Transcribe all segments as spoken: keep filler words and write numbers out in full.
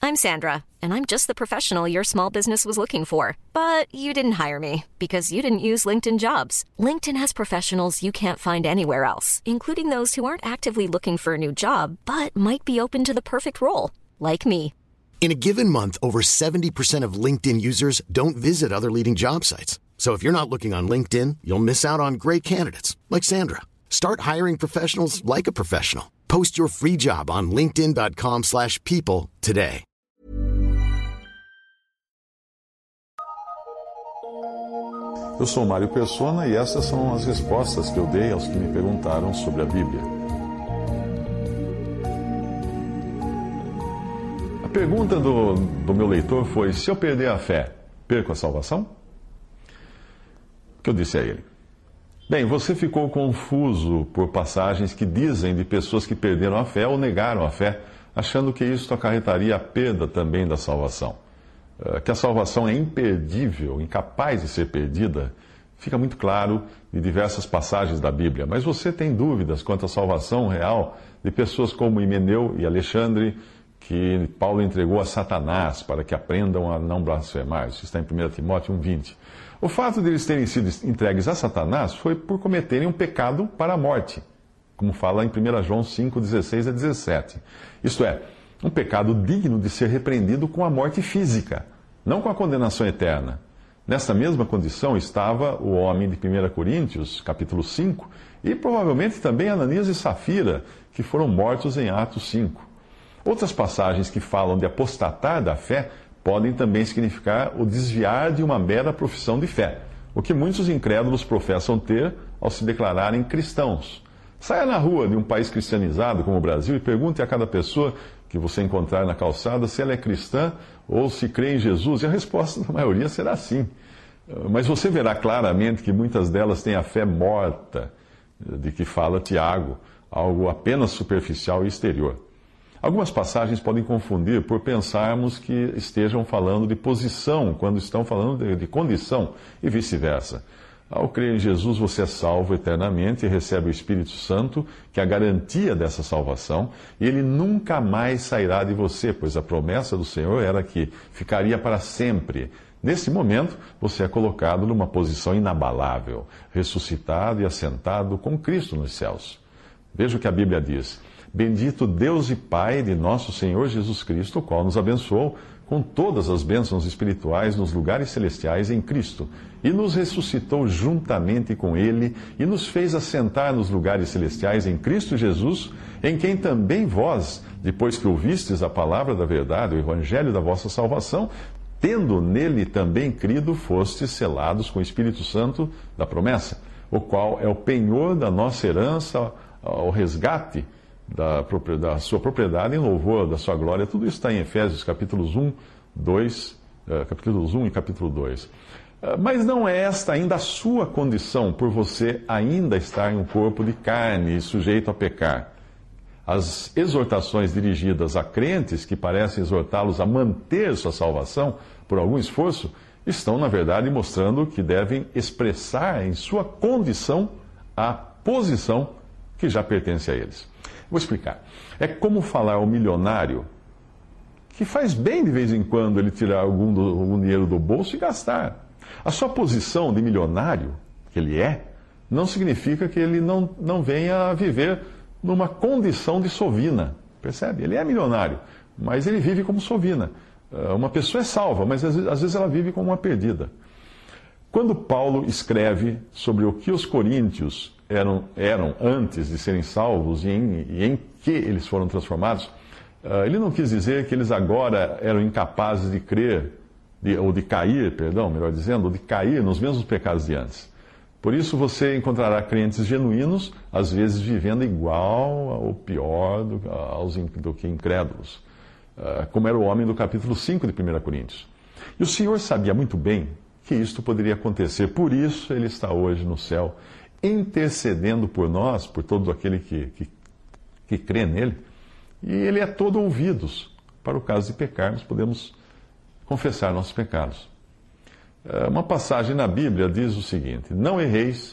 I'm Sandra, and I'm just the professional your small business was looking for. But you didn't hire me because you didn't use LinkedIn Jobs. LinkedIn has professionals you can't find anywhere else, including those who aren't actively looking for a new job, but might be open to the perfect role, like me. In a given month, over seventy percent of LinkedIn users don't visit other leading job sites. So if you're not looking on LinkedIn, you'll miss out on great candidates like Sandra. Start hiring professionals like a professional. Post your free job on linkedin dot com slash people today. Eu sou Mário Persona e essas são as respostas que eu dei aos que me perguntaram sobre a Bíblia. A pergunta do, do meu leitor foi: se eu perder a fé, perco a salvação? O que eu disse a ele? Bem, você ficou confuso por passagens que dizem de pessoas que perderam a fé ou negaram a fé, achando que isso acarretaria a perda também da salvação. Que a salvação é imperdível, incapaz de ser perdida, fica muito claro em diversas passagens da Bíblia. Mas você tem dúvidas quanto à salvação real de pessoas como Himeneu e Alexandre, que Paulo entregou a Satanás para que aprendam a não blasfemar. Isso está em primeira Timóteo um, vinte. O fato de eles terem sido entregues a Satanás foi por cometerem um pecado para a morte, como fala em primeira João cinco, dezesseis a dezessete. Isto é, um pecado digno de ser repreendido com a morte física, não com a condenação eterna. Nessa mesma condição estava o homem de primeira Coríntios, capítulo cinco, e provavelmente também Ananias e Safira, que foram mortos em Atos cinco. Outras passagens que falam de apostatar da fé podem também significar o desviar de uma mera profissão de fé, o que muitos incrédulos professam ter ao se declararem cristãos. Saia na rua de um país cristianizado como o Brasil e pergunte a cada pessoa que você encontrar na calçada se ela é cristã ou se crê em Jesus, e a resposta da maioria será sim. Mas você verá claramente que muitas delas têm a fé morta, de que fala Tiago, algo apenas superficial e exterior. Algumas passagens podem confundir por pensarmos que estejam falando de posição, quando estão falando de, de condição, e vice-versa. Ao crer em Jesus, você é salvo eternamente e recebe o Espírito Santo, que é a garantia dessa salvação, e ele nunca mais sairá de você, pois a promessa do Senhor era que ficaria para sempre. Nesse momento, você é colocado numa posição inabalável, ressuscitado e assentado com Cristo nos céus. Veja o que a Bíblia diz: bendito Deus e Pai de nosso Senhor Jesus Cristo, o qual nos abençoou com todas as bênçãos espirituais nos lugares celestiais em Cristo, e nos ressuscitou juntamente com Ele, e nos fez assentar nos lugares celestiais em Cristo Jesus, em quem também vós, depois que ouvistes a palavra da verdade, o evangelho da vossa salvação, tendo nele também crido, fostes selados com o Espírito Santo da promessa, o qual é o penhor da nossa herança, ao resgate Da, da sua propriedade em louvor da sua glória. Tudo isso está em Efésios capítulos um, dois, uh, capítulos um e capítulo dois. Uh, mas não é esta ainda a sua condição, por você ainda estar em um corpo de carne e sujeito a pecar. As exortações dirigidas a crentes que parecem exortá-los a manter sua salvação por algum esforço, estão, na verdade, mostrando que devem expressar em sua condição a posição que já pertence a eles. Vou explicar. É como falar ao milionário que faz bem de vez em quando ele tirar algum, do, algum dinheiro do bolso e gastar. A sua posição de milionário, que ele é, não significa que ele não, não venha a viver numa condição de sovina. Percebe? Ele é milionário, mas ele vive como sovina. Uma pessoa é salva, mas às vezes, às vezes ela vive como uma perdida. Quando Paulo escreve sobre o que os coríntios eram, eram antes de serem salvos e em, e em que eles foram transformados, uh, ele não quis dizer que eles agora eram incapazes de crer, de, ou de cair, perdão, melhor dizendo, ou de cair nos mesmos pecados de antes. Por isso você encontrará crentes genuínos, às vezes vivendo igual ou pior do, aos, do que incrédulos, uh, como era o homem do capítulo cinco de primeira Coríntios. E o Senhor sabia muito bem que isto poderia acontecer, por isso ele está hoje no céu, intercedendo por nós, por todo aquele que, que, que crê nele, e ele é todo ouvidos. Para o caso de pecarmos, podemos confessar nossos pecados. Uma passagem na Bíblia diz o seguinte: não erreis,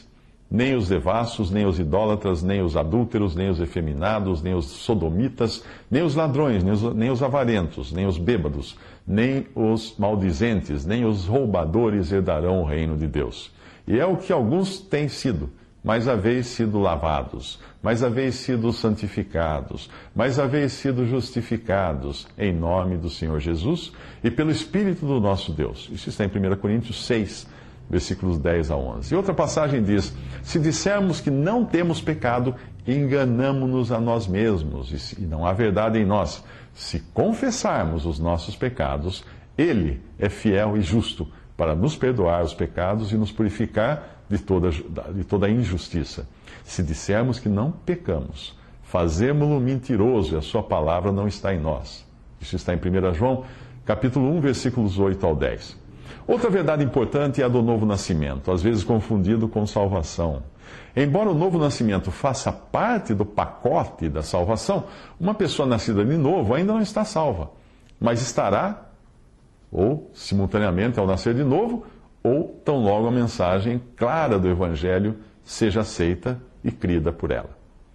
nem os devassos, nem os idólatras, nem os adúlteros, nem os efeminados, nem os sodomitas, nem os ladrões, nem os, nem os avarentos, nem os bêbados, nem os maldizentes, nem os roubadores herdarão o reino de Deus. E é o que alguns têm sido, mas haveis sido lavados, mas haveis sido santificados, mas haveis sido justificados em nome do Senhor Jesus e pelo Espírito do nosso Deus. Isso está em primeira Coríntios seis, versículos dez a onze. E outra passagem diz: se dissermos que não temos pecado, enganamo-nos a nós mesmos, e não há verdade em nós. Se confessarmos os nossos pecados, Ele é fiel e justo para nos perdoar os pecados e nos purificar de toda, de toda injustiça. Se dissermos que não pecamos, fazemo-lo mentiroso e a sua palavra não está em nós. Isso está em primeira João, capítulo um, versículos oito ao dez. Outra verdade importante é a do novo nascimento, às vezes confundido com salvação. Embora o novo nascimento faça parte do pacote da salvação, uma pessoa nascida de novo ainda não está salva, mas estará, ou simultaneamente ao nascer de novo, ou tão logo a mensagem clara do Evangelho seja aceita e crida por ela.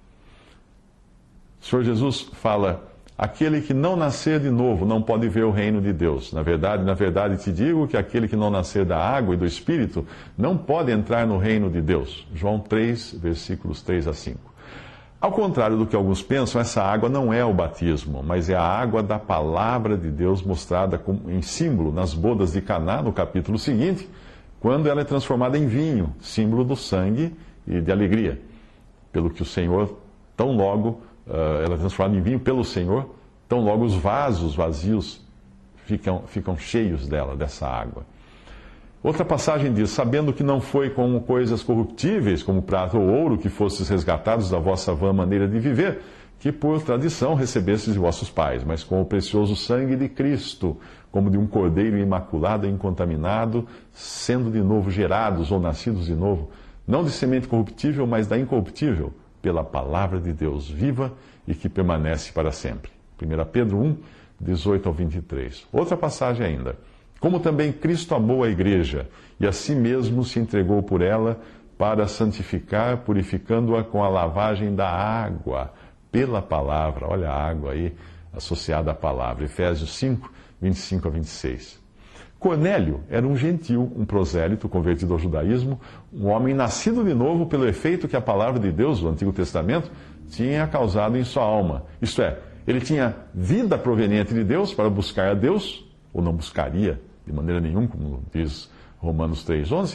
O Senhor Jesus fala: aquele que não nascer de novo não pode ver o reino de Deus. Na verdade, na verdade te digo que aquele que não nascer da água e do Espírito não pode entrar no reino de Deus. João três, versículos três a cinco. Ao contrário do que alguns pensam, essa água não é o batismo, mas é a água da palavra de Deus mostrada como, em símbolo nas bodas de Caná, no capítulo seguinte, quando ela é transformada em vinho, símbolo do sangue e de alegria. Pelo que o Senhor, tão logo, uh, ela é transformada em vinho pelo Senhor, tão logo os vasos vazios ficam, ficam cheios dela, dessa água. Outra passagem diz: sabendo que não foi com coisas corruptíveis, como prata ou ouro, que fostes resgatados da vossa vã maneira de viver, que por tradição recebestes de vossos pais, mas com o precioso sangue de Cristo, como de um cordeiro imaculado e incontaminado, sendo de novo gerados ou nascidos de novo, não de semente corruptível, mas da incorruptível, pela palavra de Deus viva e que permanece para sempre. primeira Pedro um, dezoito ao vinte e três. Outra passagem ainda: como também Cristo amou a igreja, e a si mesmo se entregou por ela, para santificar, purificando-a com a lavagem da água, pela palavra. Olha a água aí, associada à palavra. Efésios cinco, vinte e cinco a vinte e seis. Cornélio era um gentil, um prosélito convertido ao judaísmo, um homem nascido de novo pelo efeito que a palavra de Deus, do Antigo Testamento, tinha causado em sua alma. Isto é, ele tinha vida proveniente de Deus para buscar a Deus, ou não buscaria de maneira nenhuma, como diz Romanos três, onze,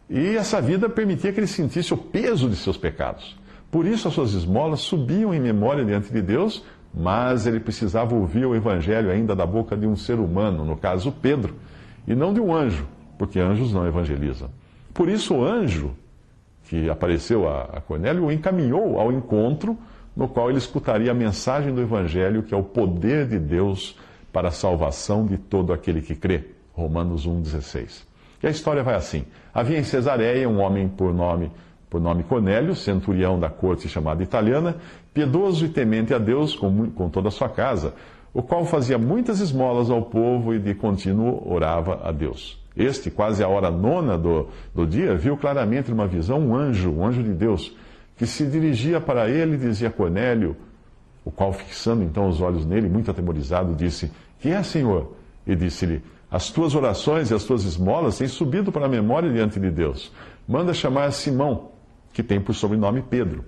e essa vida permitia que ele sentisse o peso de seus pecados. Por isso as suas esmolas subiam em memória diante de Deus, mas ele precisava ouvir o Evangelho ainda da boca de um ser humano, no caso Pedro, e não de um anjo, porque anjos não evangelizam. Por isso o anjo que apareceu a Cornélio o encaminhou ao encontro no qual ele escutaria a mensagem do Evangelho, que é o poder de Deus para a salvação de todo aquele que crê. Romanos um, dezesseis. E a história vai assim: havia em Cesareia um homem por nome, por nome Cornélio, centurião da corte chamada italiana, piedoso e temente a Deus com, com toda a sua casa, o qual fazia muitas esmolas ao povo e de contínuo orava a Deus. Este, quase à hora nona do, do dia, viu claramente numa visão um anjo, um anjo de Deus, que se dirigia para ele e dizia: Cornélio, o qual, fixando então os olhos nele, muito atemorizado, disse: que é, Senhor? E disse-lhe: as tuas orações e as tuas esmolas têm subido para a memória diante de Deus. Manda chamar Simão, que tem por sobrenome Pedro.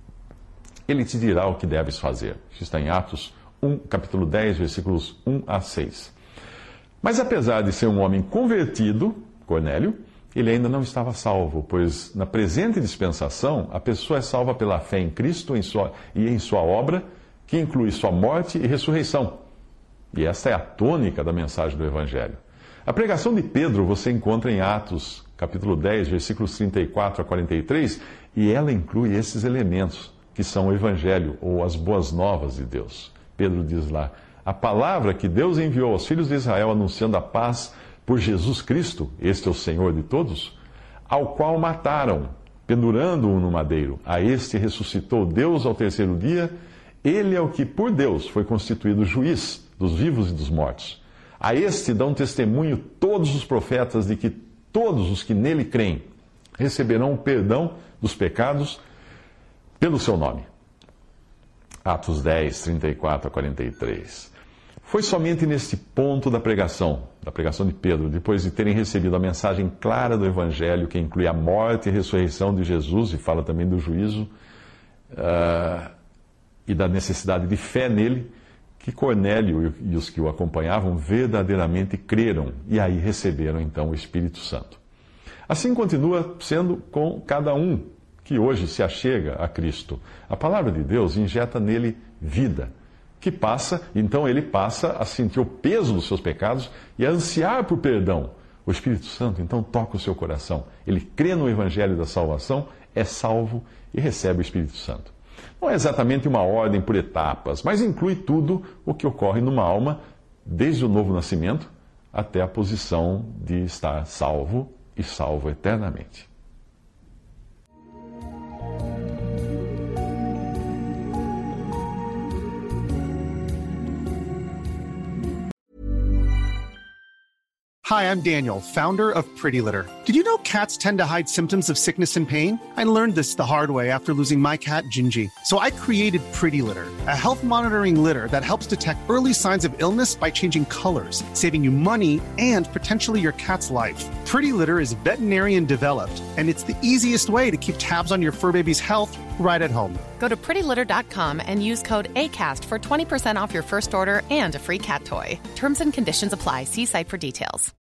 Ele te dirá o que deves fazer. Isso está em Atos um, capítulo dez, versículos um a seis. Mas apesar de ser um homem convertido, Cornélio, ele ainda não estava salvo, pois na presente dispensação a pessoa é salva pela fé em Cristo em sua, e em sua obra, que inclui sua morte e ressurreição. E esta é a tônica da mensagem do Evangelho. A pregação de Pedro você encontra em Atos, capítulo dez, versículos trinta e quatro a quarenta e três, e ela inclui esses elementos, que são o Evangelho, ou as boas novas de Deus. Pedro diz lá: a palavra que Deus enviou aos filhos de Israel, anunciando a paz por Jesus Cristo, este é o Senhor de todos, ao qual mataram, pendurando-o no madeiro. A este ressuscitou Deus ao terceiro dia. Ele é o que, por Deus, foi constituído juiz dos vivos e dos mortos. A este dão testemunho todos os profetas de que todos os que nele creem receberão o perdão dos pecados pelo seu nome. Atos dez, trinta e quatro a quarenta e três. Foi somente neste ponto da pregação, da pregação de Pedro, depois de terem recebido a mensagem clara do Evangelho, que inclui a morte e ressurreição de Jesus, e fala também do juízo, uh, e da necessidade de fé nele, que Cornélio e os que o acompanhavam verdadeiramente creram, e aí receberam então o Espírito Santo. Assim continua sendo com cada um que hoje se achega a Cristo. A palavra de Deus injeta nele vida, que passa, então ele passa a sentir o peso dos seus pecados e a ansiar por perdão. O Espírito Santo então toca o seu coração. Ele crê no Evangelho da salvação, é salvo e recebe o Espírito Santo. Não é exatamente uma ordem por etapas, mas inclui tudo o que ocorre numa alma, desde o novo nascimento até a posição de estar salvo e salvo eternamente. Hi, I'm Daniel, founder of Pretty Litter. Did you know cats tend to hide symptoms of sickness and pain? I learned this the hard way after losing my cat, Gingy. So I created Pretty Litter, a health monitoring litter that helps detect early signs of illness by changing colors, saving you money and potentially your cat's life. Pretty Litter is veterinarian developed, and it's the easiest way to keep tabs on your fur baby's health right at home. Go to pretty litter dot com and use code ACAST for twenty percent off your first order and a free cat toy. Terms and conditions apply. See site for details.